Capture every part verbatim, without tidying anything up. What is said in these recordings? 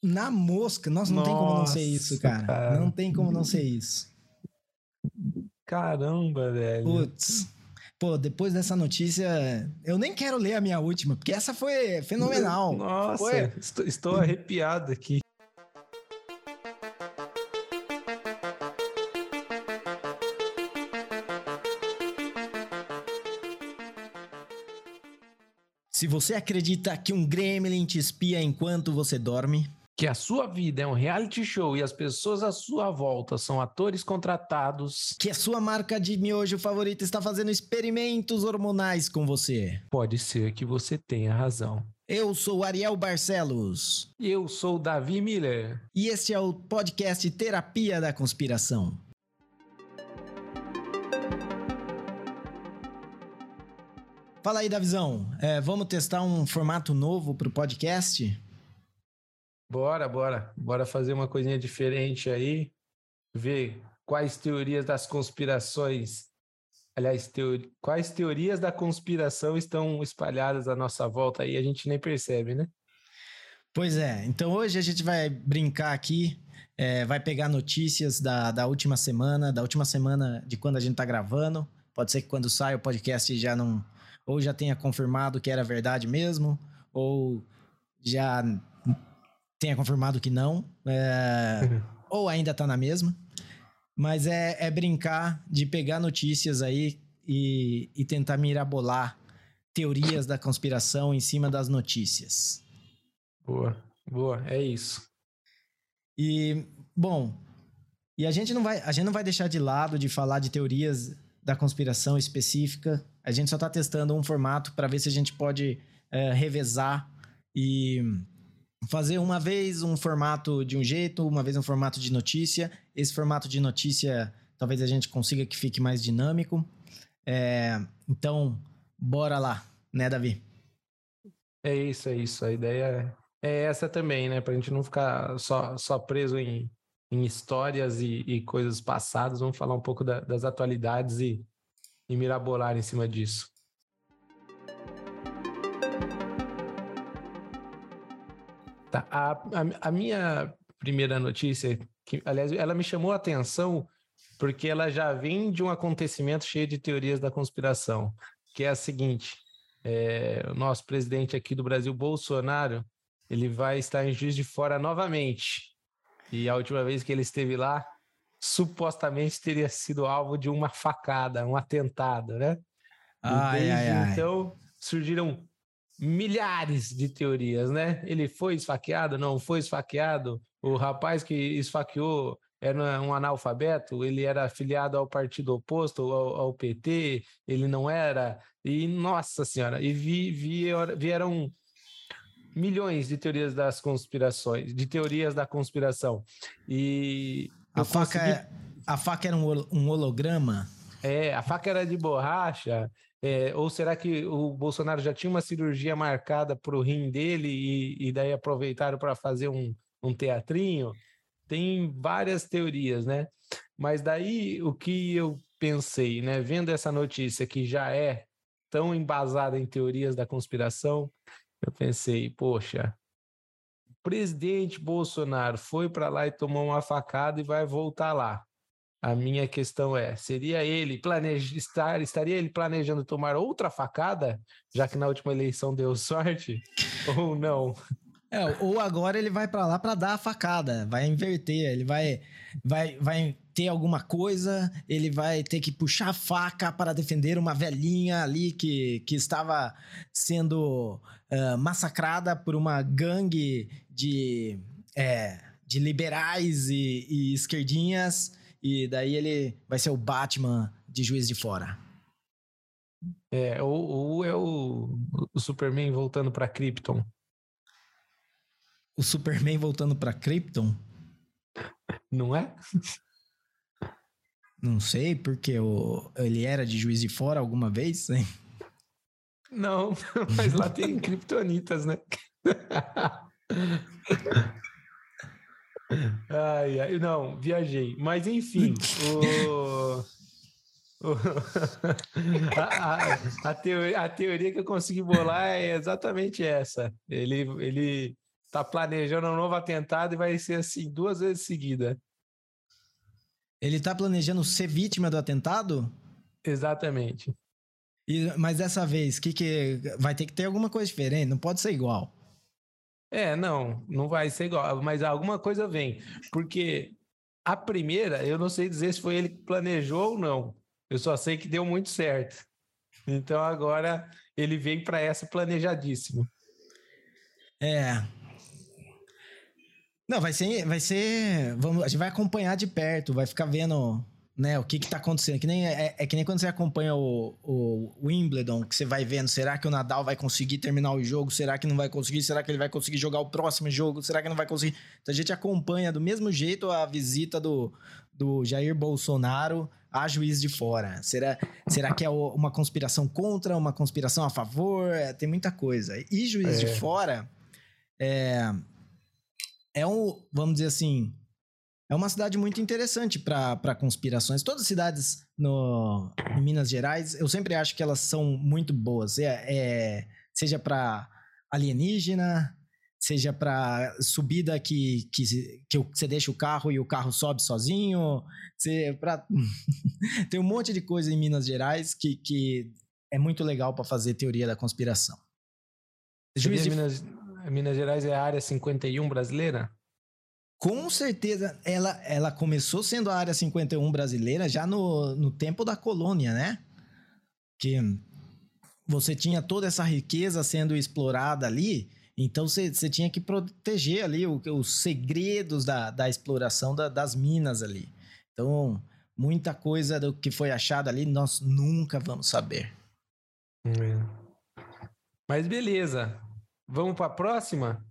Na mosca. Nossa, não Nossa, tem como não ser isso, cara. cara. Não tem como não ser isso. Caramba, velho. Putz. Pô, depois dessa notícia, eu nem quero ler a minha última, porque essa foi fenomenal. Nossa, foi... estou, estou arrepiado aqui. Se você acredita que um gremlin te espia enquanto você dorme, que a sua vida é um reality show e as pessoas à sua volta são atores contratados, que a sua marca de miojo favorita está fazendo experimentos hormonais com você, pode ser que você tenha razão. Eu sou Ariel Barcelos. Eu sou Davi Miller. E este é o podcast Terapia da Conspiração. Fala aí, Davizão. É, vamos testar um formato novo para o podcast? Bora, bora. Bora fazer uma coisinha diferente aí. Ver quais teorias das conspirações... Aliás, teori... quais teorias da conspiração estão espalhadas à nossa volta aí, a gente nem percebe, né? Pois é. Então hoje a gente vai brincar aqui, é, vai pegar notícias da, da última semana, da última semana de quando a gente tá gravando. Pode ser que quando sai o podcast já não... ou já tenha confirmado que era verdade mesmo, ou já tenha confirmado que não, é, uhum. ou ainda tá na mesma. Mas é, é brincar de pegar notícias aí e, e tentar mirabolar teorias da conspiração em cima das notícias. Boa, boa, é isso. E, bom, e a gente não vai, a gente não vai deixar de lado de falar de teorias da conspiração específica. A gente só está testando um formato para ver se a gente pode é, revezar e fazer uma vez um formato de um jeito, uma vez um formato de notícia. Esse formato de notícia talvez a gente consiga que fique mais dinâmico. É, então, bora lá, né, Davi? É isso, é isso. A ideia é essa também, né? Pra gente não ficar só, só preso em, em histórias e, e coisas passadas. Vamos falar um pouco da, das atualidades e, e mirabolar em cima disso. Tá, a, a, a minha primeira notícia, que, aliás, ela me chamou a atenção porque ela já vem de um acontecimento cheio de teorias da conspiração, que é a seguinte, é, o nosso presidente aqui do Brasil, Bolsonaro, ele vai estar em Juiz de Fora novamente, e a última vez que ele esteve lá, supostamente teria sido alvo de uma facada, um atentado, né? Ai, e desde ai, então, ai. surgiram milhares de teorias, né? Ele foi esfaqueado, não foi esfaqueado? O rapaz que esfaqueou era um analfabeto, ele era afiliado ao partido oposto, ao, ao P T, ele não era, e nossa senhora, e vi, vi, vieram milhões de teorias das conspirações, de teorias da conspiração. E a faca, consegui... é, a faca era um, um holograma? É, a faca era de borracha, é, ou será que o Bolsonaro já tinha uma cirurgia marcada para o rim dele e, e daí aproveitaram para fazer um, um teatrinho? Tem várias teorias, né? Mas daí o que eu pensei, né? Vendo essa notícia que já é tão embasada em teorias da conspiração, eu pensei, poxa, o presidente Bolsonaro foi para lá e tomou uma facada e vai voltar lá. A minha questão é, seria ele planeja, estar, estaria ele planejando tomar outra facada, já que na última eleição deu sorte, ou não? É, ou agora ele vai para lá para dar a facada, vai inverter, ele vai, vai, vai ter alguma coisa, ele vai ter que puxar a faca para defender uma velhinha ali que, que estava sendo uh, massacrada por uma gangue de, é, de liberais e, e esquerdinhas, e daí ele vai ser o Batman de Juiz de Fora. É, ou, ou é o, o Superman voltando para Krypton. O Superman voltando para Krypton? Não é? Não sei, porque o, ele era de Juiz de Fora alguma vez, hein? Não, mas lá tem kryptonitas, né? Ai, ai, não, viajei. Mas enfim, o... a, a, a, teoria, a teoria que eu consegui bolar é exatamente essa. Ele, ele tá planejando um novo atentado e vai ser assim duas vezes seguida. Ele tá planejando ser vítima do atentado? Exatamente. E, mas dessa vez, que que vai ter que ter alguma coisa diferente, não pode ser igual. É, não, não vai ser igual, mas alguma coisa vem. Porque a primeira, eu não sei dizer se foi ele que planejou ou não. Eu só sei que deu muito certo. Então agora ele vem para essa planejadíssimo. É. Não, vai ser, vai ser, vamos, a gente vai acompanhar de perto, vai ficar vendo, né, o que que tá acontecendo. Que nem, é, é que nem quando você acompanha o, o Wimbledon, que você vai vendo, será que o Nadal vai conseguir terminar o jogo? Será que não vai conseguir? Será que ele vai conseguir jogar o próximo jogo? Será que não vai conseguir? Então a gente acompanha do mesmo jeito a visita do, do Jair Bolsonaro a Juiz de Fora. Será, será que é uma conspiração contra, uma conspiração a favor? É, tem muita coisa. E Juiz É. de Fora é... É um, vamos dizer assim, é uma cidade muito interessante para conspirações. Todas as cidades no, em Minas Gerais, eu sempre acho que elas são muito boas. É, é, seja para alienígena, seja para subida que, que, que você deixa o carro e o carro sobe sozinho. Você, pra... Tem um monte de coisa em Minas Gerais que, que é muito legal para fazer teoria da conspiração. Juiz de... Minas... Minas Gerais é a área cinquenta e um brasileira? Com certeza, ela, ela começou sendo a área cinquenta e um brasileira já no, no tempo da colônia, né? Que você tinha toda essa riqueza sendo explorada ali, então você, você tinha que proteger ali o, os segredos da, da exploração da, das minas ali. Então, muita coisa do que foi achada ali nós nunca vamos saber. É. Mas beleza. Vamos para a próxima?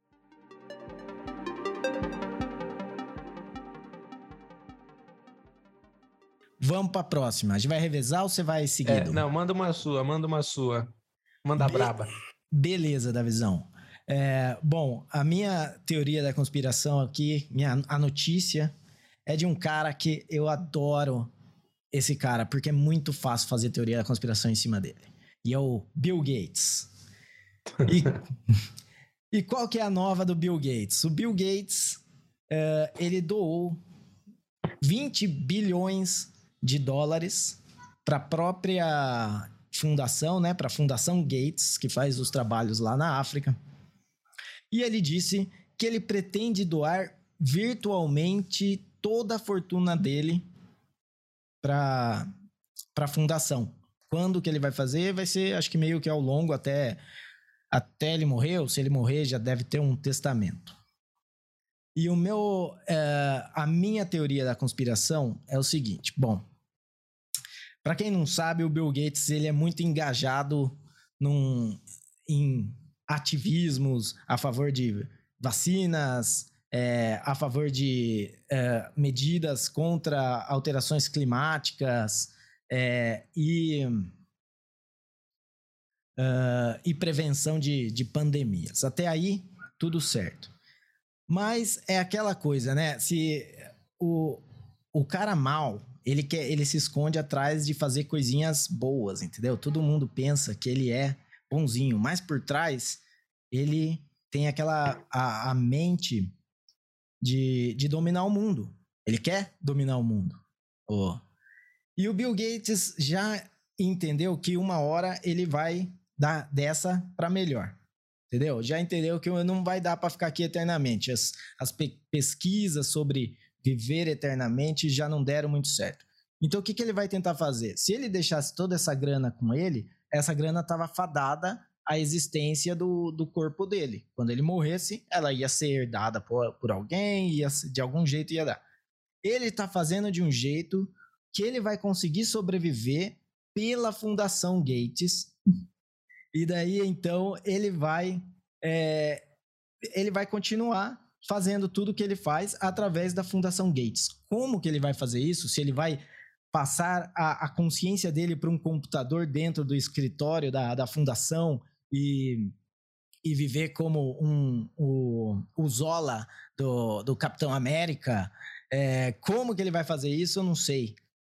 Vamos para a próxima. A gente vai revezar ou você vai seguido? É, não, manda uma sua, manda uma sua. Manda Be- braba. Beleza, Davizão. É, bom, a minha teoria da conspiração aqui, minha, a notícia, é de um cara que eu adoro esse cara, porque é muito fácil fazer teoria da conspiração em cima dele. E é o Bill Gates. E, e qual que é a nova do Bill Gates? O Bill Gates, é, ele doou vinte bilhões de dólares para a própria fundação, né, para a Fundação Gates, que faz os trabalhos lá na África. E ele disse que ele pretende doar virtualmente toda a fortuna dele para a fundação. Quando que ele vai fazer? Vai ser, acho que meio que ao longo até, até ele morrer, ou se ele morrer já deve ter um testamento. E o meu, é, a minha teoria da conspiração é o seguinte, bom, para quem não sabe, o Bill Gates ele é muito engajado num, em ativismos a favor de vacinas, é, a favor de é, medidas contra alterações climáticas é, e, uh, e prevenção de, de pandemias. Até aí, tudo certo. Mas é aquela coisa, né? Se o, o cara mal, ele, quer, ele se esconde atrás de fazer coisinhas boas, entendeu? Todo mundo pensa que ele é bonzinho, mas por trás ele tem aquela a, a mente de, de dominar o mundo. Ele quer dominar o mundo. Oh. E o Bill Gates já entendeu que uma hora ele vai dar dessa para melhor. Entendeu? Já entendeu que não vai dar para ficar aqui eternamente. As, as pe- pesquisas sobre viver eternamente já não deram muito certo. Então, o que, que ele vai tentar fazer? Se ele deixasse toda essa grana com ele, essa grana estava fadada à existência do, do corpo dele. Quando ele morresse, ela ia ser herdada por, por alguém, ia, de algum jeito ia dar. Ele está fazendo de um jeito que ele vai conseguir sobreviver pela Fundação Gates. E daí, então, ele vai, é, ele vai continuar fazendo tudo que ele faz através da Fundação Gates. Como que ele vai fazer isso? Se ele vai passar a, a consciência dele para um computador dentro do escritório da, da fundação e, e viver como um, o, o Zola do, do Capitão América, é, como que ele vai fazer isso, eu não sei.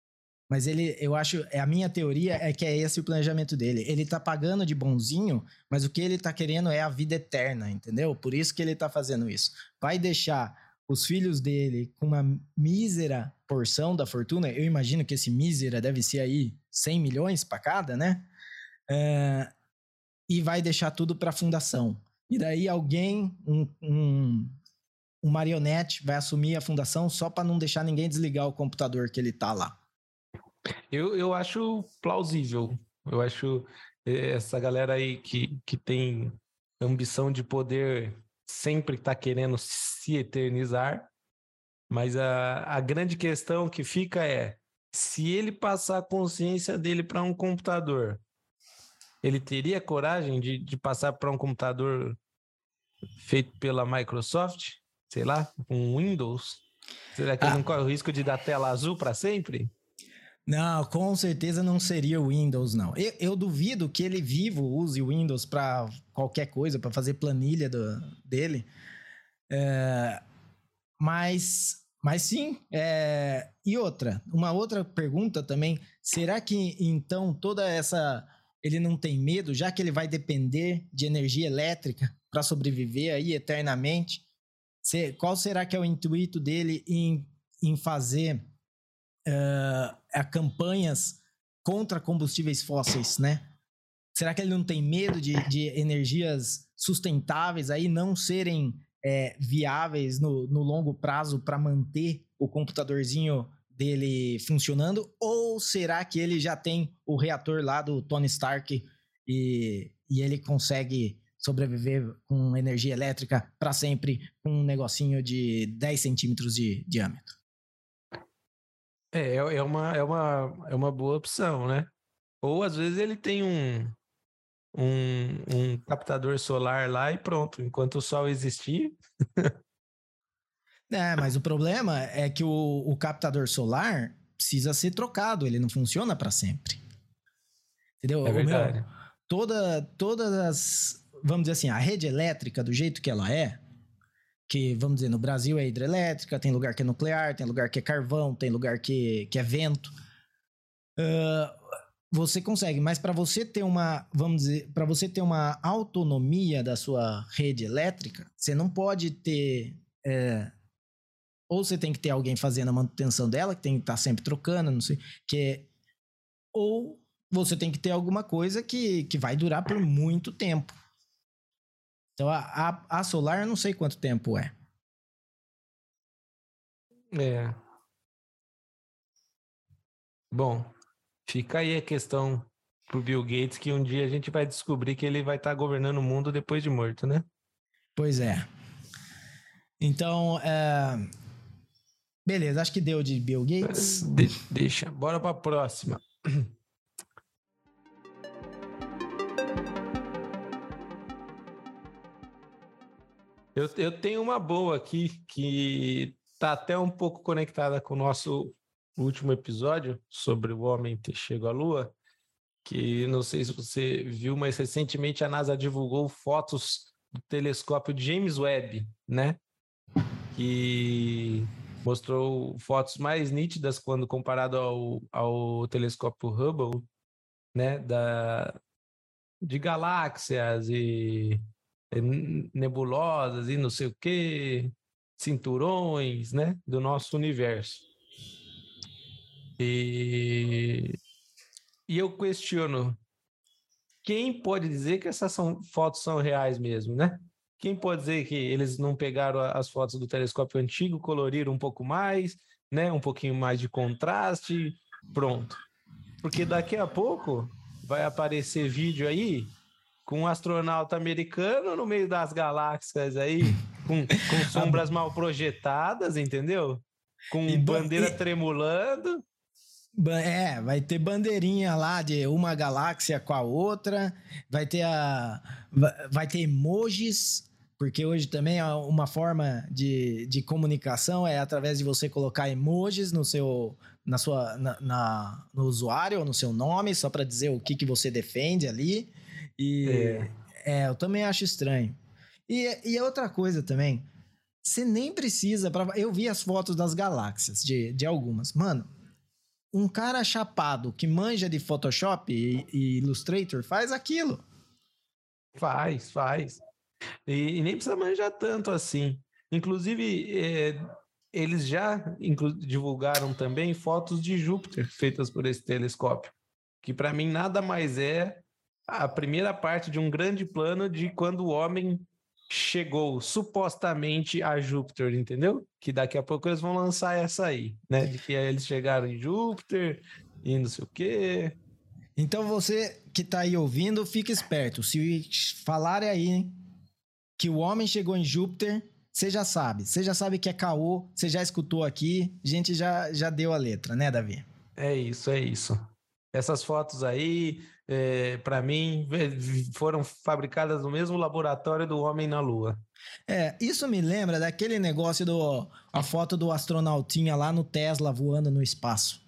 Mas ele, eu acho, é a minha teoria é que é esse o planejamento dele. Ele tá pagando de bonzinho, mas o que ele tá querendo é a vida eterna, entendeu? Por isso que ele tá fazendo isso. Vai deixar os filhos dele com uma mísera porção da fortuna. Eu imagino que esse mísera deve ser aí cem milhões para cada, né? É, e vai deixar tudo para a fundação. E daí alguém, um, um, um marionete, vai assumir a fundação só para não deixar ninguém desligar o computador que ele tá lá. Eu, eu acho plausível. Eu acho essa galera aí que, que tem ambição de poder sempre estar tá querendo se eternizar, mas a, a grande questão que fica é, se ele passar a consciência dele para um computador, ele teria coragem de, de passar para um computador feito pela Microsoft? Sei lá, um Windows? Será que ah. ele não corre o risco de dar tela azul para sempre? Não, com certeza não seria o Windows, não. Eu, eu duvido que ele vivo use o Windows para qualquer coisa, para fazer planilha do, dele. É, mas, mas sim. É, e outra, uma outra pergunta também. Será que então toda essa... Ele não tem medo, já que ele vai depender de energia elétrica para sobreviver aí eternamente? Qual será que é o intuito dele em, em fazer... Uh, a campanhas contra combustíveis fósseis, né? Será que ele não tem medo de, de energias sustentáveis aí não serem é, viáveis no, no longo prazo para manter o computadorzinho dele funcionando? Ou será que ele já tem o reator lá do Tony Stark e, e ele consegue sobreviver com energia elétrica para sempre com um negocinho de dez centímetros de diâmetro? É, é uma, é uma, é uma boa opção, né? Ou às vezes ele tem um, um, um captador solar lá e pronto, enquanto o sol existir. É, mas o problema é que o, o captador solar precisa ser trocado, ele não funciona para sempre. Entendeu? É verdade. O meu, toda, todas as, vamos dizer assim, a rede elétrica do jeito que ela é, que, vamos dizer, no Brasil é hidrelétrica, tem lugar que é nuclear, tem lugar que é carvão, tem lugar que, que é vento. Uh, você consegue, mas para você ter uma, vamos dizer, para você ter uma autonomia da sua rede elétrica, você não pode ter... É, ou você tem que ter alguém fazendo a manutenção dela, que tem que estar sempre trocando, não sei, que é, ou você tem que ter alguma coisa que, que vai durar por muito tempo. Então, a, a, a solar, eu não sei quanto tempo é. É. Bom, fica aí a questão pro Bill Gates, que um dia a gente vai descobrir que ele vai estar governando o mundo depois de morto, né? Pois é. Então, é... beleza, acho que deu de Bill Gates. De- deixa, bora pra próxima. Eu, eu tenho uma boa aqui que tá até um pouco conectada com o nosso último episódio sobre o homem ter chegado à Lua, que não sei se você viu, mas recentemente a NASA divulgou fotos do telescópio James Webb, né? Que mostrou fotos mais nítidas quando comparado ao, ao telescópio Hubble, né? Da, de galáxias e nebulosas e não sei o que, cinturões, né, do nosso universo. E, e eu questiono, quem pode dizer que essas são, fotos são reais mesmo, né? Quem pode dizer que eles não pegaram as fotos do telescópio antigo, coloriram um pouco mais, né, um pouquinho mais de contraste, pronto. Porque daqui a pouco vai aparecer vídeo aí com um astronauta americano no meio das galáxias aí, com, com sombras mal projetadas, entendeu? Com e bandeira e... tremulando. É, vai ter bandeirinha lá de uma galáxia com a outra, vai ter a... vai ter emojis, porque hoje também é uma forma de, de comunicação, é através de você colocar emojis no seu... na sua... na, na no usuário ou no seu nome, só para dizer o que, que você defende ali. E é. é, eu também acho estranho. E, e outra coisa também, você nem precisa... Pra, eu vi as fotos das galáxias, de, de algumas. Mano, um cara chapado que manja de Photoshop e, e Illustrator faz aquilo. Faz, faz. E, e nem precisa manjar tanto assim. Inclusive, é, eles já inclu- divulgaram também fotos de Júpiter feitas por esse telescópio, que para mim nada mais é a primeira parte de um grande plano de quando o homem chegou supostamente a Júpiter, entendeu? Que daqui a pouco eles vão lançar essa aí, né? De que eles chegaram em Júpiter e não sei o quê. Então você que tá aí ouvindo, fica esperto. Se falarem aí, hein, que o homem chegou em Júpiter, você já sabe. Você já sabe que é caô, você já escutou aqui, a gente já, já deu a letra, né, Davi? É isso, é isso. Essas fotos aí, é, para mim, ve- foram fabricadas no mesmo laboratório do Homem na Lua. É, isso me lembra daquele negócio do... a foto do astronautinha lá no Tesla voando no espaço.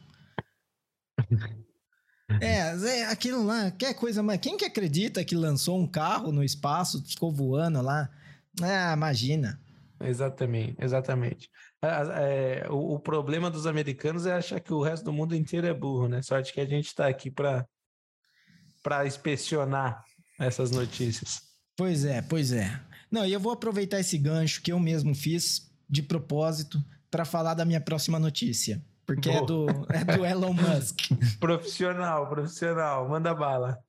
É, é, aquilo lá, que é coisa mais... Quem que acredita que lançou um carro no espaço, ficou voando lá? Ah, imagina. Exatamente, exatamente. A- é, o, o problema dos americanos é achar que o resto do mundo inteiro é burro, né? Sorte que a gente está aqui para para inspecionar essas notícias. Pois é, pois é. Não, e eu vou aproveitar esse gancho que eu mesmo fiz de propósito para falar da minha próxima notícia, porque é Boa. do, é do Elon Musk. Profissional, profissional, manda bala.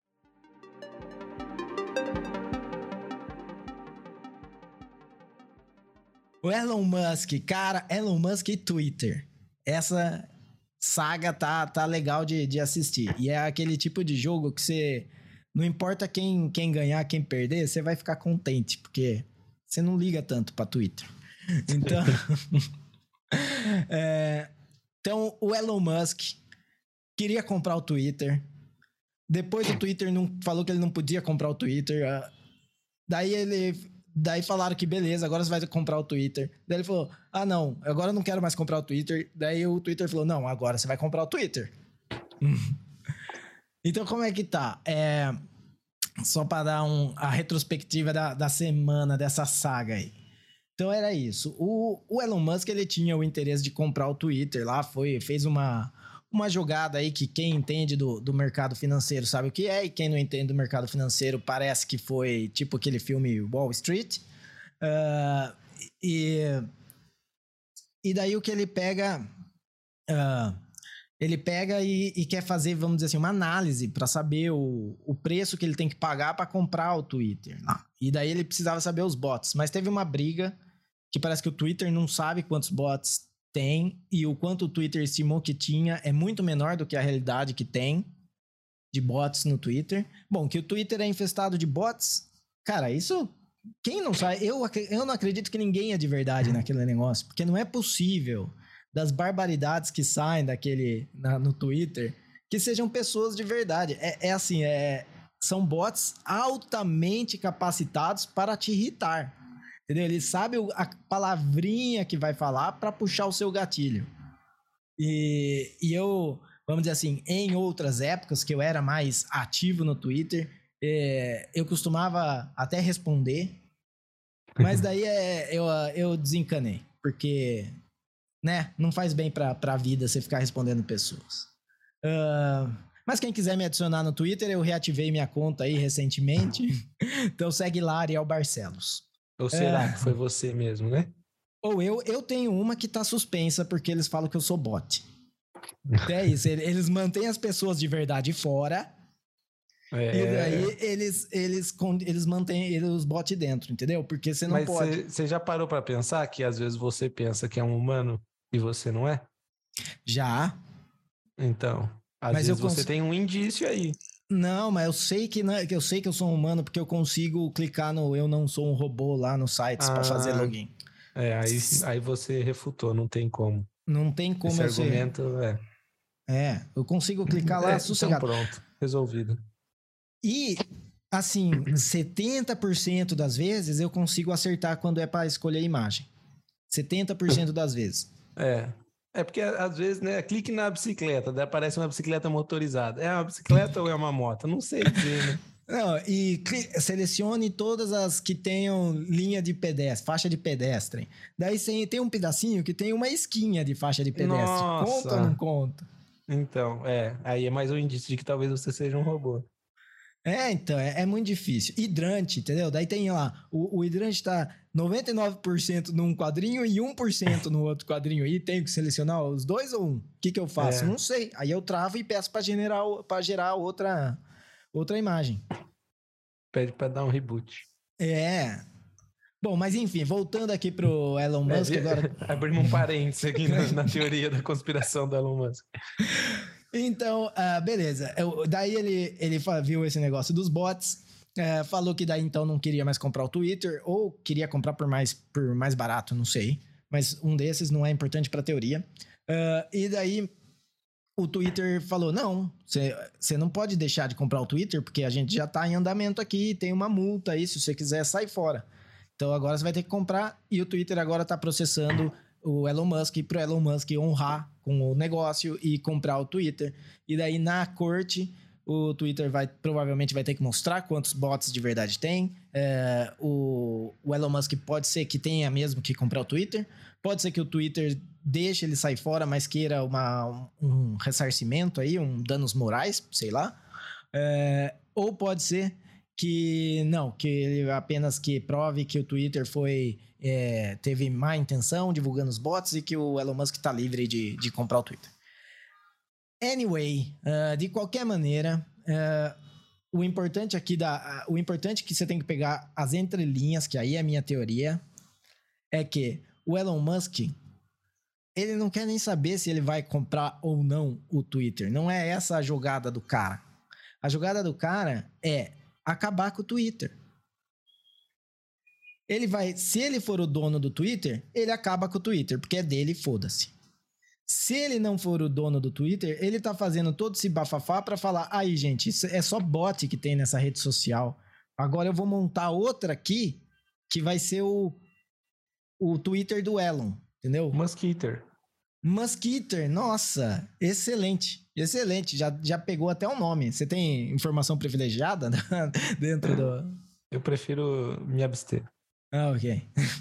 O Elon Musk, cara, Elon Musk e Twitter. Essa saga tá, tá legal de, de assistir. E é aquele tipo de jogo que você... Não importa quem, quem ganhar, quem perder, você vai ficar contente, porque você não liga tanto pra Twitter. Então... é, então, o Elon Musk queria comprar o Twitter. Depois o Twitter não, falou que ele não podia comprar o Twitter. ah, Daí ele... Daí falaram que beleza, agora você vai comprar o Twitter. Daí ele falou, ah não, agora eu não quero mais comprar o Twitter. Daí o Twitter falou, não, agora você vai comprar o Twitter. Então como é que tá? É... Só para dar um, a retrospectiva da, da semana dessa saga aí. Então era isso. O, o Elon Musk, ele tinha o interesse de comprar o Twitter lá, foi, fez uma, uma jogada aí que quem entende do, do mercado financeiro sabe o que é, e quem não entende do mercado financeiro parece que foi tipo aquele filme Wall Street. Uh, e, e daí o que ele pega... Uh, ele pega e, e quer fazer, vamos dizer assim, uma análise para saber o, o preço que ele tem que pagar para comprar o Twitter. E daí ele precisava saber os bots. Mas teve uma briga que parece que o Twitter não sabe quantos bots tem e o quanto o Twitter estimou que tinha é muito menor do que a realidade que tem de bots no Twitter. Bom, que o Twitter é infestado de bots, cara, isso... Quem não sabe... Eu, eu não acredito que ninguém é de verdade naquele negócio, porque não é possível... das barbaridades que saem daquele na, no Twitter, que sejam pessoas de verdade. É, é assim, é, são bots altamente capacitados para te irritar. Entendeu? Ele sabe a palavrinha que vai falar para puxar o seu gatilho. E, e eu, vamos dizer assim, em outras épocas que eu era mais ativo no Twitter, é, eu costumava até responder, mas daí é, eu, eu desencanei, porque... né? Não faz bem pra, pra vida você ficar respondendo pessoas. Uh, mas quem quiser me adicionar no Twitter, eu reativei minha conta aí recentemente. Então segue lá, Ariel Barcelos. Ou será Uh, que foi você mesmo, né? ou eu, eu tenho uma que tá suspensa porque eles falam que eu sou bot. Então é isso, eles mantêm as pessoas de verdade fora. É... E daí eles, eles, eles mantêm os bots dentro, entendeu? Porque você não Mas pode. você já parou para pensar que às vezes você pensa que é um humano e você não é? Já. Então, às mas vezes eu você cons... tem um indício aí. Não, mas eu sei que, não, eu sei que eu sou um humano porque eu consigo clicar no eu não sou um robô lá nos sites ah, para fazer login. É, aí, aí você refutou, não tem como. Não tem como Esse eu argumento ser... é. É, eu consigo clicar lá é, sossegado. Então pronto, resolvido. E, assim, setenta por cento das vezes eu consigo acertar quando é para escolher a imagem. setenta por cento das vezes. É. É porque, às vezes, né, clique na bicicleta, daí aparece uma bicicleta motorizada. É uma bicicleta ou é uma moto? Não sei dizer, né? Não, e selecione todas as que tenham linha de pedestre, faixa de pedestre. Daí tem um pedacinho que tem uma esquinha de faixa de pedestre. Nossa. Conta ou não conta? Então, é, aí é mais um indício de que talvez você seja um robô. É, então, é, é muito difícil. Hidrante, entendeu? Daí tem lá, o, o hidrante tá noventa e nove por cento num quadrinho e um por cento no outro quadrinho. E tenho que selecionar os dois ou um? O que que eu faço? É. Não sei. Aí eu travo e peço pra generar, pra gerar outra, outra imagem. Pede pra dar um reboot. É. Bom, mas enfim, voltando aqui pro Elon Musk É, agora. abrimos um parênteses aqui na, na teoria da conspiração do Elon Musk. Então, uh, beleza. Eu, daí ele, ele viu esse negócio dos bots, uh, falou que daí então não queria mais comprar o Twitter, ou queria comprar por mais, por mais barato, não sei. Mas um desses não é importante para a teoria. Uh, e daí o Twitter falou, não, você não pode deixar de comprar o Twitter, porque a gente já tá em andamento aqui, tem uma multa aí, se você quiser, sai fora. Então agora você vai ter que comprar, e o Twitter agora tá processando o Elon Musk pro Elon Musk honrar com o negócio e comprar o Twitter. E daí na corte o Twitter vai, provavelmente vai ter que mostrar quantos bots de verdade tem. É, o, o Elon Musk pode ser que tenha mesmo que comprar o Twitter. Pode ser que o Twitter deixe ele sair fora, mas queira uma, um ressarcimento aí, um danos morais, sei lá. É, ou pode ser que não, que ele apenas que prove que o Twitter foi é, teve má intenção divulgando os bots e que o Elon Musk tá livre de, de comprar o Twitter. Anyway, uh, de qualquer maneira, uh, o importante aqui da, uh, o importante que você tem que pegar as entrelinhas, que aí é a minha teoria, é que o Elon Musk ele não quer nem saber se ele vai comprar ou não o Twitter. Não é essa a jogada do cara. A jogada do cara é acabar com o Twitter. Ele vai, se ele for o dono do Twitter, ele acaba com o Twitter, porque é dele, foda-se. Se ele não for o dono do Twitter, ele tá fazendo todo esse bafafá pra falar, aí gente, isso é só bot que tem nessa rede social. Agora eu vou montar outra aqui, que vai ser o, o Twitter do Elon, entendeu? Muskiter. Muskiter, nossa, excelente, excelente, já, já pegou até o nome. Você tem informação privilegiada dentro do... Eu prefiro me abster. Ah, ok.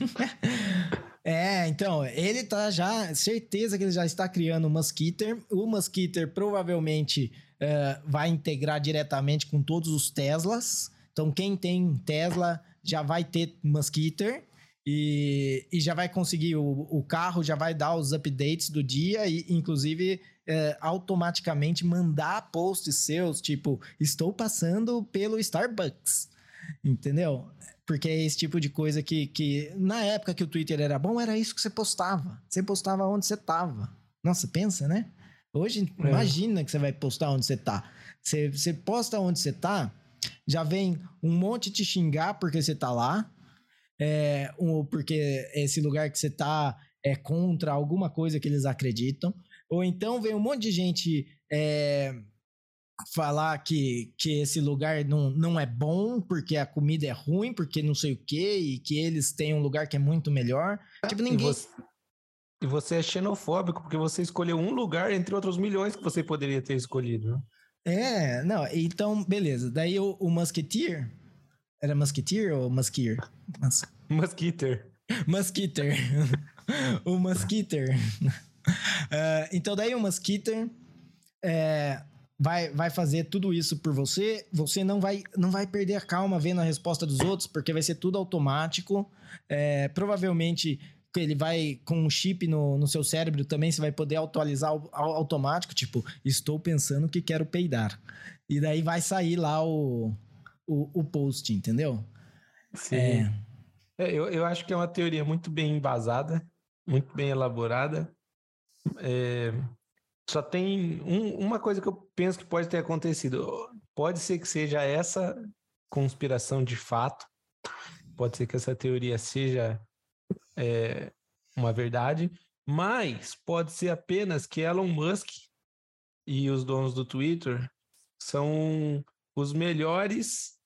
É, então, ele tá já, certeza que ele já está criando o Muskiter. O Muskiter provavelmente uh, vai integrar diretamente com todos os Teslas. Então, quem tem Tesla já vai ter Muskiter e, e já vai conseguir, o, o carro já vai dar os updates do dia e, inclusive, uh, automaticamente mandar posts seus, tipo, estou passando pelo Starbucks, entendeu? Porque é esse tipo de coisa que, que... Na época que o Twitter era bom, era isso que você postava. Você postava onde você tava. Nossa, pensa, né? Hoje, é. Imagina que você vai postar onde você tá. Você, você posta onde você tá, já vem um monte te xingar porque você tá lá. É, um, porque esse lugar que você tá é contra alguma coisa que eles acreditam. Ou então vem um monte de gente... É, falar que, que esse lugar não, não é bom, porque a comida é ruim, porque não sei o quê, e que eles têm um lugar que é muito melhor. Tipo, ninguém... E você, e você é xenofóbico, porque você escolheu um lugar entre outros milhões que você poderia ter escolhido, né? É, não, então, beleza. Daí o, o Musketeer... Era Musketeer ou Muskier? Mus... Muskiter. Muskiter. O Muskiter. uh, então, daí o Muskiter... É... Vai, vai fazer tudo isso por você, você não vai, não vai perder a calma vendo a resposta dos outros, porque vai ser tudo automático. É, provavelmente ele vai com um chip no, no seu cérebro também, você vai poder atualizar automático, tipo, estou pensando que quero peidar. E daí vai sair lá o, o, o post, entendeu? Sim. É... É, eu, eu acho que é uma teoria muito bem embasada, muito bem elaborada. É... Só tem um, uma coisa que eu penso que pode ter acontecido. Pode ser que seja essa conspiração de fato. Pode ser que essa teoria seja é, uma verdade. Mas pode ser apenas que Elon Musk e os donos do Twitter são os melhores,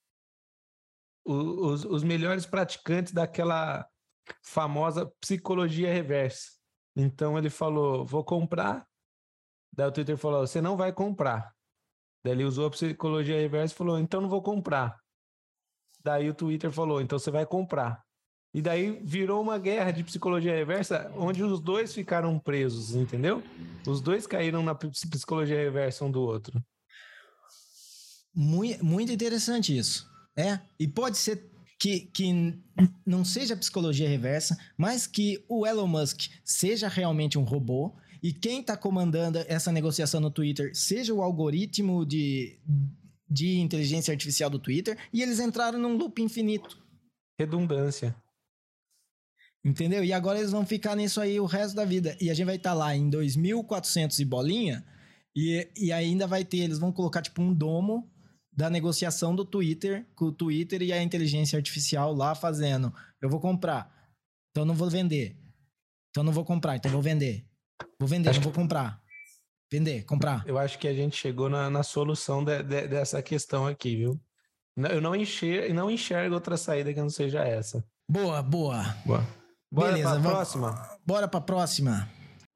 os, os melhores praticantes daquela famosa psicologia reversa. Então ele falou, vou comprar. Daí o Twitter falou, você não vai comprar. Daí ele usou a psicologia reversa e falou, então não vou comprar. Daí o Twitter falou, então você vai comprar. E daí virou uma guerra de psicologia reversa, onde os dois ficaram presos, entendeu? Os dois caíram na psicologia reversa um do outro. Muito, muito interessante isso. É, e pode ser que, que não seja psicologia reversa, mas que o Elon Musk seja realmente um robô e quem está comandando essa negociação no Twitter seja o algoritmo de, de inteligência artificial do Twitter e eles entraram num loop infinito. Redundância. Entendeu? E agora eles vão ficar nisso aí o resto da vida. E a gente vai estar tá lá em dois mil e quatrocentos e bolinha e, e ainda vai ter, eles vão colocar tipo um domo da negociação do Twitter, com o Twitter e a inteligência artificial lá fazendo. Eu vou comprar, então não vou vender. Então não vou comprar, então vou vender. Vou vender, acho não vou comprar. Vender, comprar. Eu acho que a gente chegou na, na solução de, de, dessa questão aqui, viu? Eu não enxergo, não enxergo outra saída que não seja essa. Boa, boa. Boa. Bora Beleza, pra vamos, próxima? Bora pra próxima.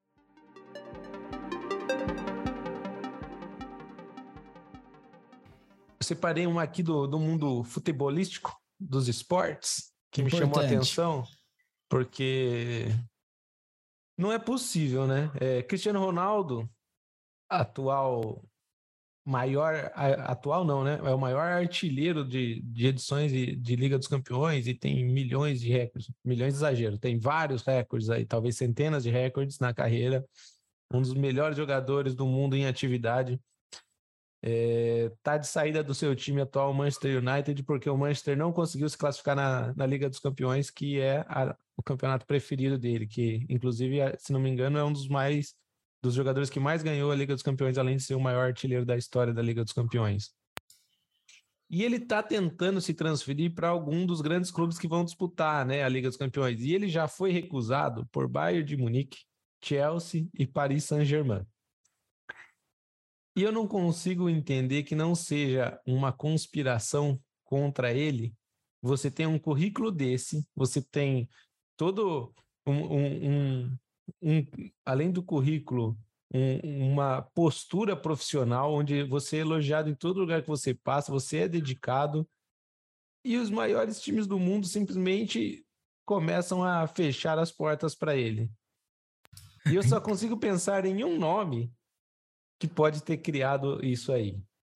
Eu separei uma aqui do, do mundo futebolístico, dos esportes, que Importante. me chamou a atenção, porque não é possível, né? É, Cristiano Ronaldo, atual maior, atual não, né? É o maior artilheiro de, de edições de, de Liga dos Campeões e tem milhões de recordes, milhões de exagero, tem vários recordes aí, talvez centenas de recordes na carreira, um dos melhores jogadores do mundo em atividade. É, tá de saída do seu time atual, Manchester United, porque o Manchester não conseguiu se classificar na, na Liga dos Campeões, que é a, o campeonato preferido dele, que inclusive, se não me engano, é um dos mais dos jogadores que mais ganhou a Liga dos Campeões, além de ser o maior artilheiro da história da Liga dos Campeões. E ele tá tentando se transferir para algum dos grandes clubes que vão disputar, né, a Liga dos Campeões, e ele já foi recusado por Bayern de Munique, Chelsea e Paris Saint-Germain. E eu não consigo entender que não seja uma conspiração contra ele. Você tem um currículo desse, você tem todo um, um, um, um além do currículo, um, uma postura profissional onde você é elogiado em todo lugar que você passa, você é dedicado e os maiores times do mundo simplesmente começam a fechar as portas para ele. E eu só consigo pensar em um nome que pode ter criado isso aí.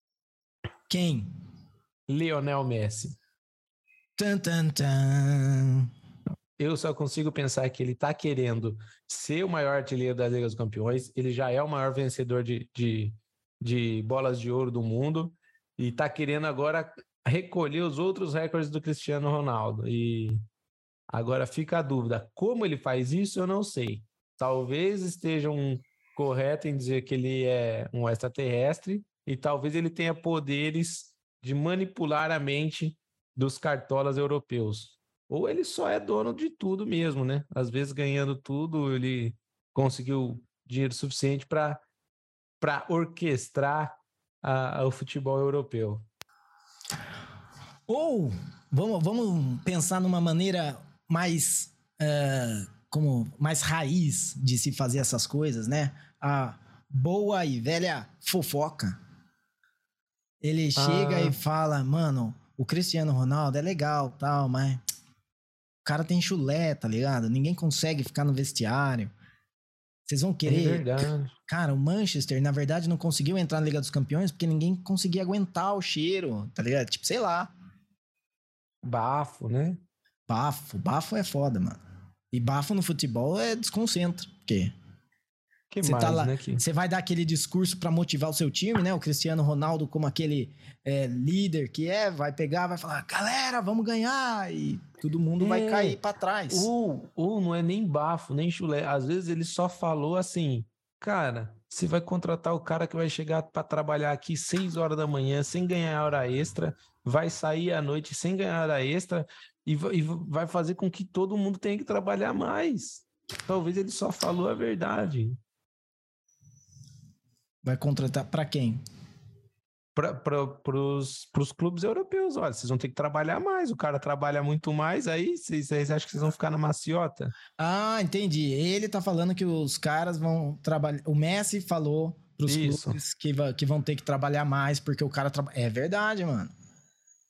Quem? Lionel Messi. Tan, tan, tan. Eu só consigo pensar que ele está querendo ser o maior artilheiro da Liga dos Campeões, ele já é o maior vencedor de, de, de bolas de ouro do mundo e está querendo agora recolher os outros recordes do Cristiano Ronaldo. E agora fica a dúvida, como ele faz isso, eu não sei. Talvez esteja um correto em dizer que ele é um extraterrestre e talvez ele tenha poderes de manipular a mente dos cartolas europeus. Ou ele só é dono de tudo mesmo, né? Às vezes, ganhando tudo, ele conseguiu dinheiro suficiente para para orquestrar a, a, o futebol europeu. Ou vamos, vamos pensar numa maneira mais uh, como mais raiz de se fazer essas coisas, né? A boa e velha fofoca. Ele chega ah. e fala, mano, o Cristiano Ronaldo é legal, tal, mas o cara tem chulé, tá ligado? Ninguém consegue ficar no vestiário. Vocês vão querer... É verdade. Cara, o Manchester, na verdade, não conseguiu entrar na Liga dos Campeões porque ninguém conseguia aguentar o cheiro, tá ligado? Tipo, sei lá. Bafo, né? Bafo. Bafo é foda, mano. E bafo no futebol é desconcentra. Porque... Que Você mais, tá lá, né? Que... Você vai dar aquele discurso pra motivar o seu time, né? O Cristiano Ronaldo como aquele é, líder que é, vai pegar, vai falar, galera, vamos ganhar! E todo mundo é, vai cair pra trás. Ou, ou não é nem bafo, nem chulé. Às vezes ele só falou assim, cara, você vai contratar o cara que vai chegar pra trabalhar aqui seis horas da manhã sem ganhar hora extra, vai sair à noite sem ganhar hora extra e, e vai fazer com que todo mundo tenha que trabalhar mais. Talvez ele só falou a verdade. Vai contratar para quem? Para os clubes europeus. Olha, vocês vão ter que trabalhar mais. O cara trabalha muito mais, aí vocês, vocês acham que vocês vão ficar na maciota? Ah, entendi. Ele tá falando que os caras vão trabalhar. O Messi falou pros Isso. clubes que, que vão ter que trabalhar mais porque o cara trabalha. É verdade, mano.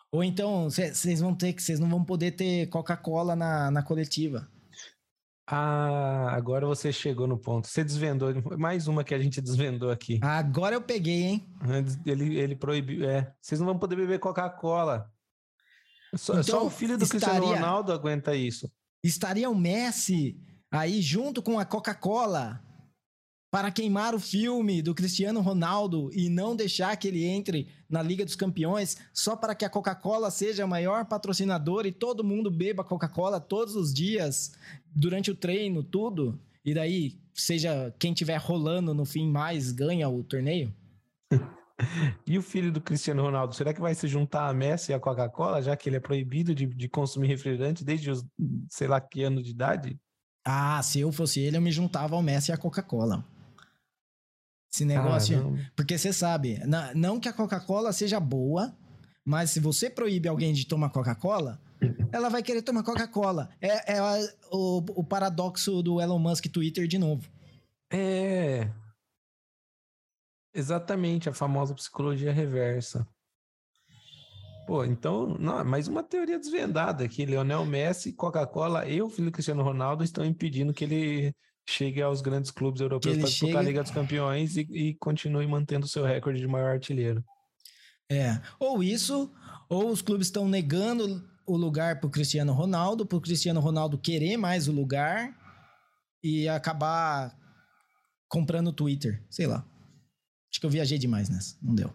Ou então, vocês vão ter que, vocês não vão poder ter Coca-Cola na, na coletiva. Ah, agora você chegou no ponto. Você desvendou, mais uma que a gente desvendou aqui. Agora eu peguei, hein? Ele, ele proibiu, é. Vocês não vão poder beber Coca-Cola. Só, Então, só o filho do estaria, Cristiano Ronaldo aguenta isso. Estaria o Messi aí junto com a Coca-Cola para queimar o filme do Cristiano Ronaldo e não deixar que ele entre na Liga dos Campeões só para que a Coca-Cola seja a maior patrocinadora e todo mundo beba Coca-Cola todos os dias, durante o treino, tudo, e daí seja quem tiver rolando no fim mais ganha o torneio? E o filho do Cristiano Ronaldo, será que vai se juntar a Messi e a Coca-Cola, já que ele é proibido de, de consumir refrigerante desde os, sei lá, que ano de idade? Ah, se eu fosse ele, eu me juntava ao Messi e à Coca-Cola. Esse negócio... Caramba. Porque você sabe, não que a Coca-Cola seja boa, mas se você proíbe alguém de tomar Coca-Cola, ela vai querer tomar Coca-Cola. É, é o, o paradoxo do Elon Musk Twitter de novo. É... Exatamente, a famosa psicologia reversa. Pô, então, não, mais uma teoria desvendada aqui. Lionel Messi, Coca-Cola e o filho do Cristiano Ronaldo estão impedindo que ele chegue aos grandes clubes europeus para disputar chega... a Liga dos Campeões e, e continue mantendo o seu recorde de maior artilheiro. É, ou isso, ou os clubes estão negando o lugar para o Cristiano Ronaldo, para o Cristiano Ronaldo querer mais o lugar e acabar comprando o Twitter, sei lá. Acho que eu viajei demais nessa, não deu.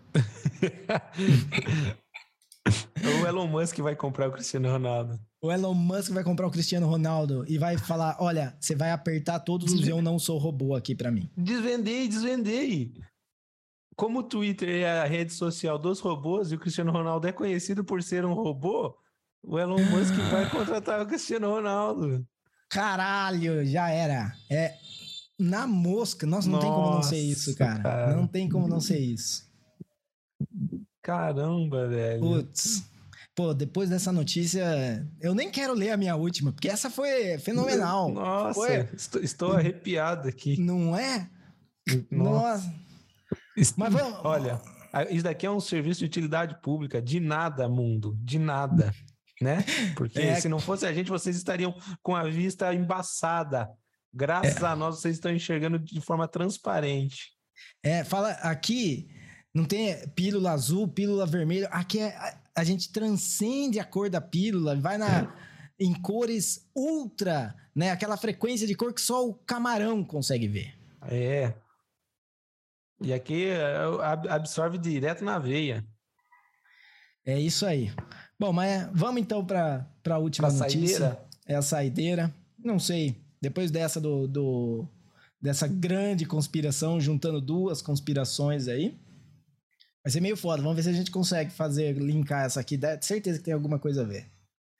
O Elon Musk vai comprar o Cristiano Ronaldo. O Elon Musk vai comprar o Cristiano Ronaldo e vai falar, olha, você vai apertar todos os eu não sou robô aqui pra mim. Desvendei, desvendei. Como o Twitter é a rede social dos robôs e o Cristiano Ronaldo é conhecido por ser um robô, o Elon Musk vai contratar o Cristiano Ronaldo. Caralho, já era. É na mosca. Nossa, não Nossa, tem como não ser isso, cara. cara. Não tem como não ser isso. Caramba, velho. Putz. Pô, depois dessa notícia, eu nem quero ler a minha última, porque essa foi fenomenal. Nossa, foi... estou, estou arrepiado aqui. Não é? Nossa. Nossa. Mas vamos... Olha, isso daqui é um serviço de utilidade pública. De nada, mundo. De nada. Né? Porque é... se não fosse a gente, vocês estariam com a vista embaçada. Graças é... a nós, vocês estão enxergando de forma transparente. É, fala aqui, não tem pílula azul, pílula vermelha. Aqui é, a, a gente transcende a cor da pílula, vai na, é. em cores ultra, né? Aquela frequência de cor que só o camarão consegue ver. É. E aqui absorve direto na veia. É isso aí. Bom, mas vamos então para a última pra notícia. Saideira? É a saideira. Não sei. Depois dessa do, do dessa grande conspiração, juntando duas conspirações aí, vai ser meio foda. Vamos ver se a gente consegue fazer, linkar essa aqui. Dá certeza que tem alguma coisa a ver.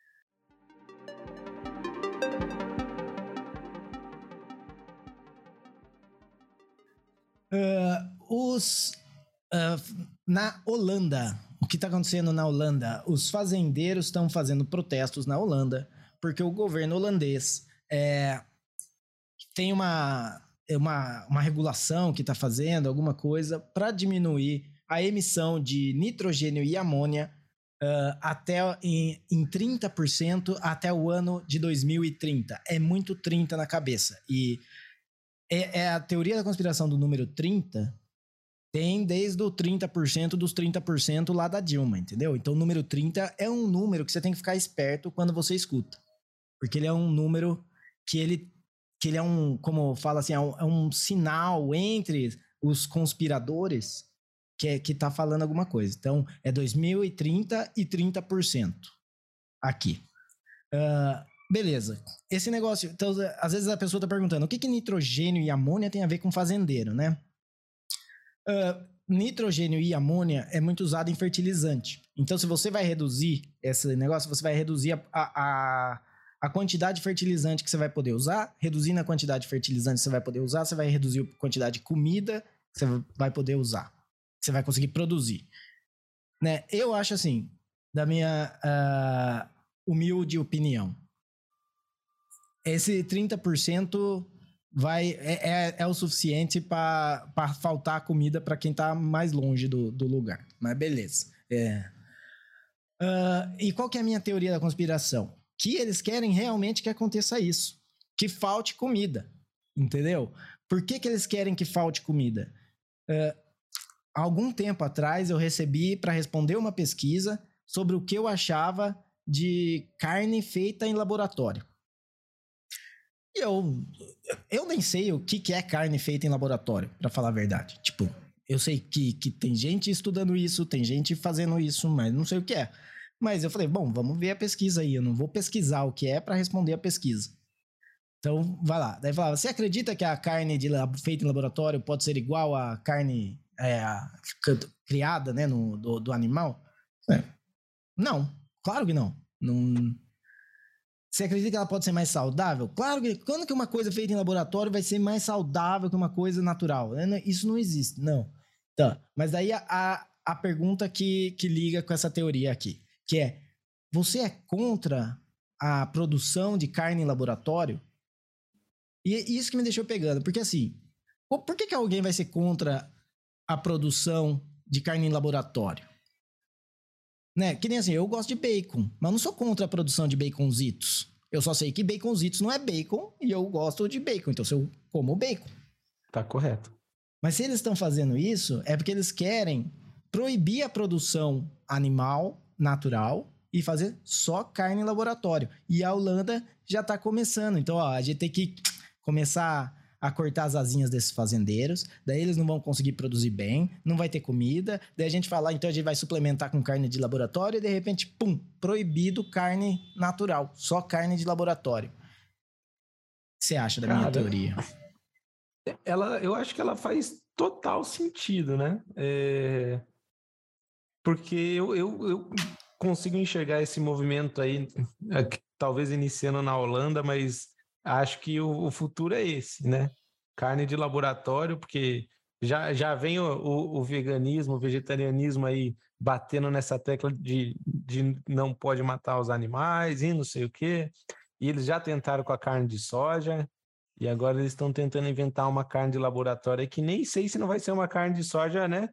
Uh, os uh, na Holanda, o que está acontecendo na Holanda? Os fazendeiros estão fazendo protestos na Holanda porque o governo holandês é, tem uma, uma, uma regulação que está fazendo alguma coisa para diminuir a emissão de nitrogênio e amônia uh, até em, em trinta por cento até o ano de dois mil e trinta. É muito trinta na cabeça. E É, é a teoria da conspiração do número trinta tem desde o trinta por cento dos trinta por cento lá da Dilma, entendeu? Então o número trinta é um número que você tem que ficar esperto quando você escuta. Porque ele é um número que ele, que ele é um, como fala assim, é um, é um sinal entre os conspiradores que, é, que tá falando alguma coisa. Então é dois mil e trinta e trinta por cento aqui. Uh, Beleza, esse negócio, então, às vezes a pessoa tá perguntando, o que que nitrogênio e amônia tem a ver com fazendeiro, né? Uh, nitrogênio e amônia é muito usado em fertilizante. Então, se você vai reduzir esse negócio, você vai reduzir a, a, a quantidade de fertilizante que você vai poder usar. Reduzindo a quantidade de fertilizante que você vai poder usar, você vai reduzir a quantidade de comida que você vai poder usar. Que você vai conseguir produzir. Né? Eu acho assim, da minha uh, humilde opinião, esse trinta por cento vai, é, é, é o suficiente para faltar comida para quem está mais longe do, do lugar. Mas beleza. É. Uh, e qual que é a minha teoria da conspiração? Que eles querem realmente que aconteça isso. Que falte comida. Entendeu? Por que, que eles querem que falte comida? Uh, algum tempo atrás eu recebi para responder uma pesquisa sobre o que eu achava de carne feita em laboratório. E eu, eu nem sei o que, que é carne feita em laboratório, para falar a verdade. Tipo, eu sei que, que tem gente estudando isso, tem gente fazendo isso, mas não sei o que é. Mas eu falei, bom, vamos ver a pesquisa aí. Eu não vou pesquisar o que é para responder a pesquisa. Então, vai lá. Daí falava, você acredita que a carne de, feita em laboratório pode ser igual à carne é, a, criada, né, no, do, do animal? É. Não, claro que não. Não. Você acredita que ela pode ser mais saudável? Claro que. Quando que uma coisa feita em laboratório vai ser mais saudável que uma coisa natural? Isso não existe, não. Tá. Mas daí a, a, a pergunta que, que liga com essa teoria aqui, que é: você é contra a produção de carne em laboratório? E é isso que me deixou pegando, porque assim, por que, que alguém vai ser contra a produção de carne em laboratório? Né? Que nem assim, eu gosto de bacon, mas eu não sou contra a produção de baconzitos. Eu só sei que baconzitos não é bacon e eu gosto de bacon, então eu como bacon. Tá correto. Mas se eles estão fazendo isso, é porque eles querem proibir a produção animal natural e fazer só carne em laboratório. E a Holanda já está começando. Então, ó, a gente tem que começar a cortar as asinhas desses fazendeiros, daí eles não vão conseguir produzir bem, não vai ter comida, daí a gente fala, então a gente vai suplementar com carne de laboratório e de repente, pum, proibido carne natural, só carne de laboratório. O que você acha da Cara, minha teoria? Ela, eu acho que ela faz total sentido, né? É... Porque eu, eu, eu consigo enxergar esse movimento aí, talvez iniciando na Holanda, mas acho que o, o futuro é esse, né? Carne de laboratório, porque já, já vem o, o, o veganismo, o vegetarianismo aí batendo nessa tecla de, de não pode matar os animais e não sei o quê. E eles já tentaram com a carne de soja, e agora eles estão tentando inventar uma carne de laboratório que nem sei se não vai ser uma carne de soja, né?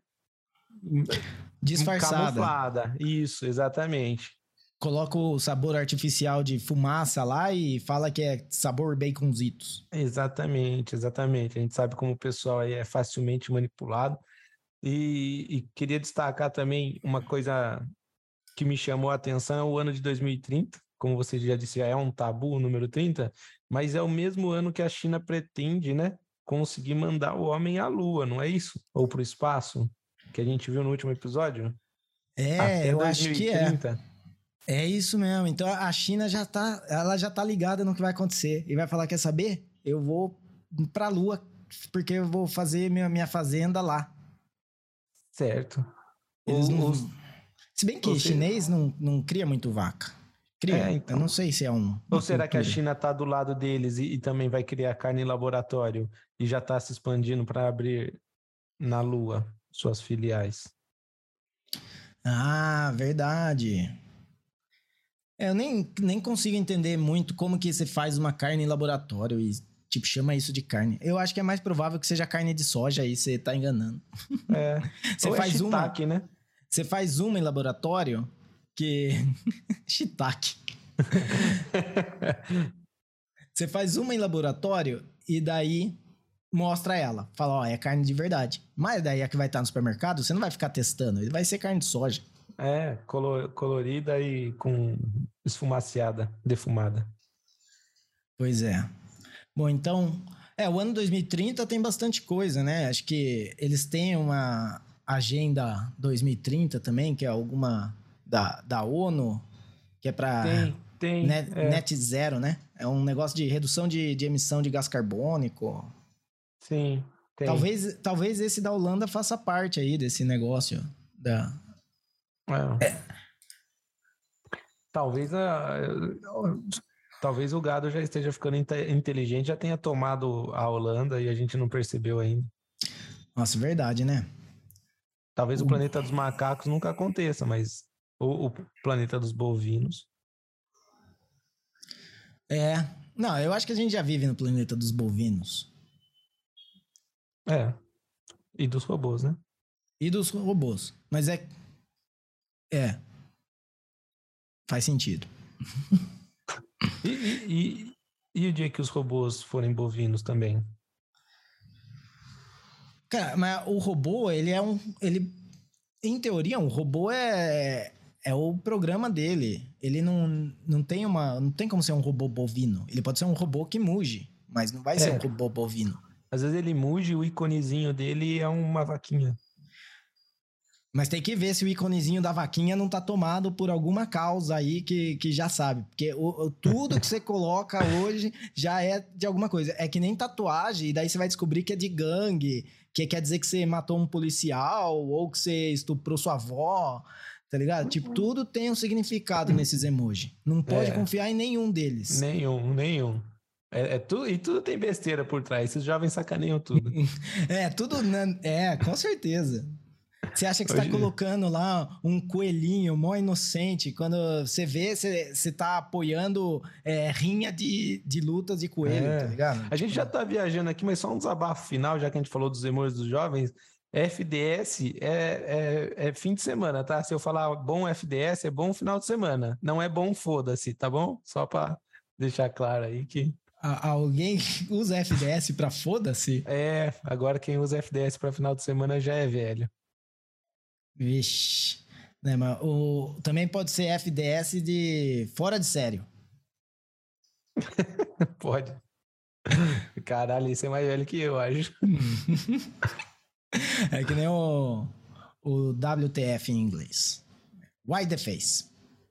Disfarçada. Camuflada, isso, exatamente. Coloca o sabor artificial de fumaça lá e fala que é sabor baconzitos. Exatamente, exatamente. A gente sabe como o pessoal aí é facilmente manipulado. E, e queria destacar também uma coisa que me chamou a atenção, é o ano de dois mil e trinta. Como você já disse, já é um tabu o número trinta, mas é o mesmo ano que a China pretende, né, conseguir mandar o homem à Lua, não é isso? Ou para o espaço, que a gente viu no último episódio? É, Até eu acho que é. É isso mesmo. Então a China já tá, ela já tá ligada no que vai acontecer e vai falar, quer saber? Eu vou pra Lua porque eu vou fazer minha, minha fazenda lá. Certo. Eles não... os... Se bem que chinês não, não cria muito vaca. Cria. É, então... Eu não sei se é um. Ou será cultura. Que a China tá do lado deles e, e também vai criar carne em laboratório e já tá se expandindo para abrir na Lua suas filiais? Ah, verdade. É, eu nem, nem consigo entender muito como que você faz uma carne em laboratório e, tipo, chama isso de carne. Eu acho que é mais provável que seja carne de soja aí, você tá enganando. É. Você Ou faz é shiitake, uma, né? Você faz uma em laboratório que... shiitake. Você faz uma em laboratório e daí mostra ela. Fala, ó, é carne de verdade. Mas daí a que vai estar no supermercado, você não vai ficar testando. Vai ser carne de soja. É, colorida e com esfumaciada, defumada. Pois é. Bom, então... É, o ano dois mil e trinta tem bastante coisa, né? Acho que eles têm uma agenda dois mil e trinta também, que é alguma da, da ONU, que é para tem, tem, net, é. net zero, né? É um negócio de redução de, de emissão de gás carbônico. Sim, tem. Talvez, talvez esse da Holanda faça parte aí desse negócio da... É. É. Talvez a... Talvez o gado já esteja ficando inteligente, já tenha tomado a Holanda e a gente não percebeu ainda. Nossa, verdade, né? Talvez o, o planeta dos macacos nunca aconteça, mas o, o planeta dos bovinos... É. Não, eu acho que a gente já vive no planeta dos bovinos. É. E dos robôs, né? E dos robôs. Mas é... É. Faz sentido. E, e, e, e o dia que os robôs forem bovinos também? Cara, mas o robô, ele é um... Ele, em teoria, um robô é... É o programa dele. Ele não, não tem uma... Não tem como ser um robô bovino. Ele pode ser um robô que muge, mas não vai É. ser um robô bovino. Às vezes ele muge, o iconezinho dele é uma vaquinha. Mas tem que ver se o iconezinho da vaquinha não tá tomado por alguma causa aí que, que já sabe. Porque o, o, tudo que você coloca hoje já é de alguma coisa. É que nem tatuagem, e daí você vai descobrir que é de gangue, que quer dizer que você matou um policial, ou que você estuprou sua avó, tá ligado? Tipo, tudo tem um significado nesses emojis. Não pode É. confiar em nenhum deles. Nenhum, nenhum. É, é tudo, e tudo tem besteira por trás. Esses jovens sacaneiam tudo. É, tudo... né? É, com certeza. Você acha que você Hoje- tá colocando lá um coelhinho mó inocente, quando você vê, você, você tá apoiando é, rinha de, de lutas de coelho, É. tá ligado? A gente já tá viajando aqui, mas só um desabafo final, já que a gente falou dos emojis dos jovens. F D S é, é, é fim de semana, tá? Se eu falar bom F D S, é bom final de semana. Não é bom foda-se, tá bom? Só pra deixar claro aí que... A- alguém usa F D S pra foda-se? É, agora quem usa F D S para final de semana já é velho. Vixe. Né, mas o, também pode ser F D S de fora de sério. Pode. Caralho, isso é mais velho que eu, acho. É que nem o, o W T F em inglês. Why the face?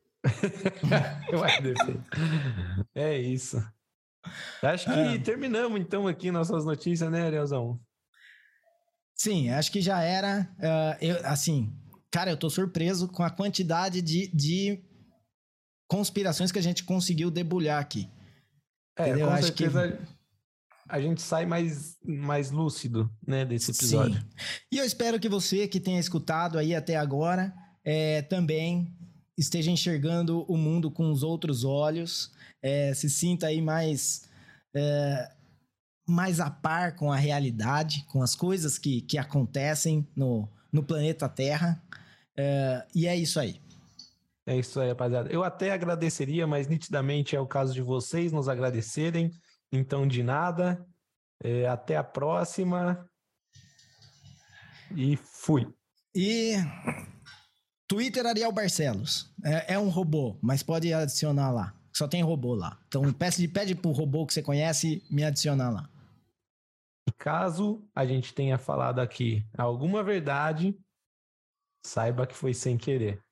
Vai descer. É isso. Acho que Ah. terminamos então aqui nossas notícias, né, Arielzão? Sim, acho que já era. Uh, eu, assim, cara, eu tô surpreso com a quantidade de, de conspirações que a gente conseguiu debulhar aqui. É, Entendeu? com Acho certeza que... a gente sai mais, mais lúcido, né, desse episódio. Sim. E eu espero que você que tenha escutado aí até agora é, também esteja enxergando o mundo com os outros olhos, é, se sinta aí mais... É, mais a par com a realidade, com as coisas que, que acontecem no, no planeta Terra. É, e é isso aí. É isso aí, rapaziada. Eu até agradeceria, mas nitidamente é o caso de vocês nos agradecerem. Então, de nada. É, até a próxima. E fui. E Twitter Ariel Barcelos. É, é um robô, mas pode adicionar lá. Só tem robô lá. Então pede, pede pro robô que você conhece me adicionar lá. Caso a gente tenha falado aqui alguma verdade, saiba que foi sem querer.